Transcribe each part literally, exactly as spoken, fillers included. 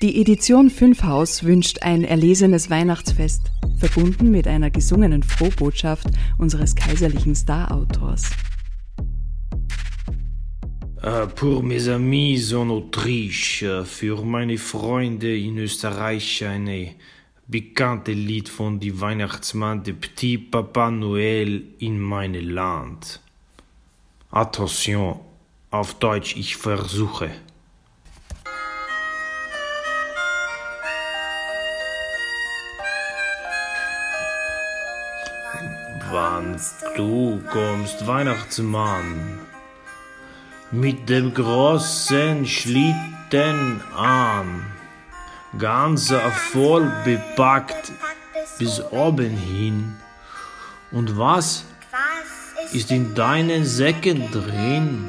Die Edition fünf Haus wünscht ein erlesenes Weihnachtsfest, verbunden mit einer gesungenen Frohbotschaft unseres kaiserlichen Star-Autors. Uh, pour mes amis en Autriche, für meine Freunde in Österreich eine bekannte Lied von die Weihnachtsmann, de Petit Papa Noël in meinem Land. Attention, auf Deutsch, ich versuche. Wann du kommst, Weihnachtsmann, mit dem großen Schlitten an, ganz voll bepackt bis oben hin. Und was ist in deinen Säcken drin?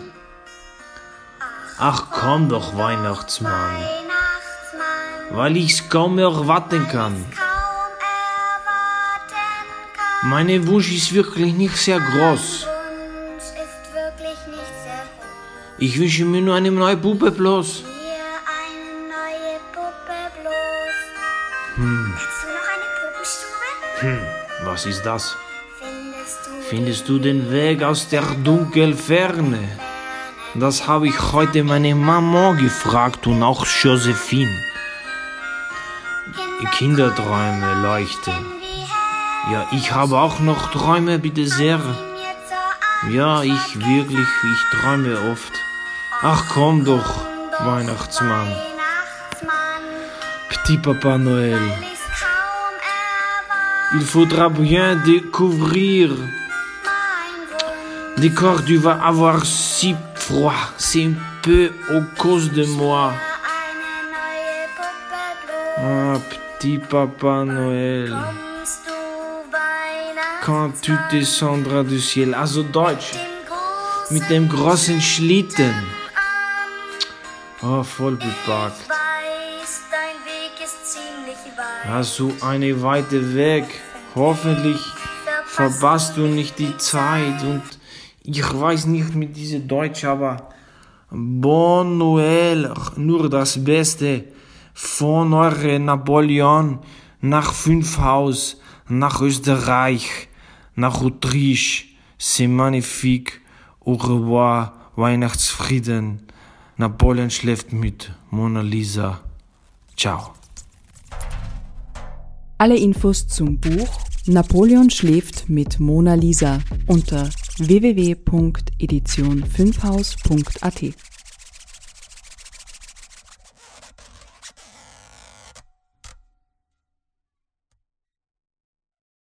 Ach komm doch, Weihnachtsmann, weil ich's kaum erwarten kann. Meine Wunsch ist wirklich nicht sehr groß. Ich wünsche mir nur eine neue Puppe bloß. Hm. Hm, was ist das? Findest du den Weg aus der dunklen Ferne? Das habe ich heute meine Mama gefragt und auch Josephine. Kinderträume leuchten. Ja, ich habe auch noch Träume, bitte sehr. Ja, ich wirklich, ich träume oft. Ach komm doch, Weihnachtsmann. Petit Papa Noël. Il faudra bien découvrir. D'accord, tu vas avoir si froid, c'est un peu à cause de moi. Ah, Petit Papa Noël. Quand tu descendras du Ciel, also Deutsch, mit dem großen Schlitten. Oh, voll bepackt. Hast du einen weiten Weg? Hoffentlich verpasst du nicht die Zeit. Und ich weiß nicht mit diesem Deutsch, aber Bon Noël, nur das Beste von eurem Napoleon nach fünf Haus, nach Österreich, nach Autriche. C'est magnifique. Au revoir, Weihnachtsfrieden. Napoleon schläft mit Mona Lisa. Ciao. Alle Infos zum Buch Napoleon schläft mit Mona Lisa unter w w w punkt edition fünf haus punkt a t.